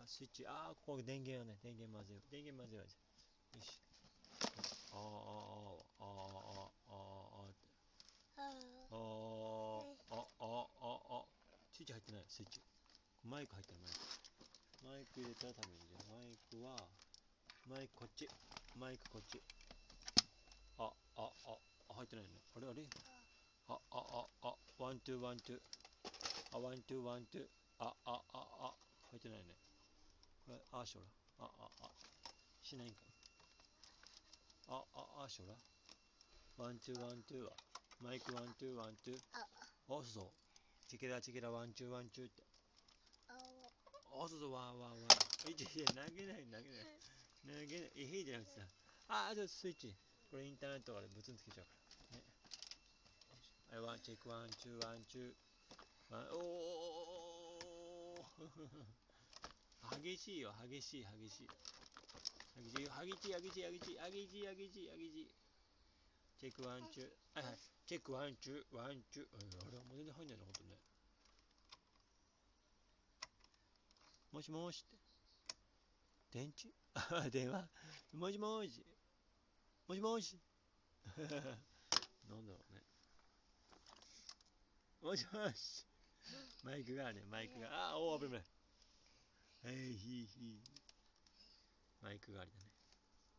スイッチ。ここ電源はね、電源混ぜよう。電源混ぜよう。よし。スイッチ入ってない、スイッチ。マイク入ってる、マイク入れたら多分いいんじゃん。マイクこっち。マイクこっち。入ってないね。あれワン、ツー、ワン、ツー。ワン、ツー、ワン、ツー。入ってないね。これ、しょら。しないんかい。しょら。ワン、ツー、ワン、ツーは。マイクワン、ツー、ワン、ツー。そうそう。チキラ、ワン、ツー、ワン、ツーって。そうそう、ワン。投げない。いいじゃなくてさ。スイッチ。これインターネットからブツンつけちゃうから。ね。チェック、ワン、ツー、ワン、ツー。激しいよ、激しい。チェックワン、ツー。チェックワン、ツー、ワン、ツー。あれ、もう全然入んないの、ほんとね。もしもーしって。電池電話もしもーし。なんだろうね。もしもし。マイクがあるね、マイクが。危ない。マイクがありだね。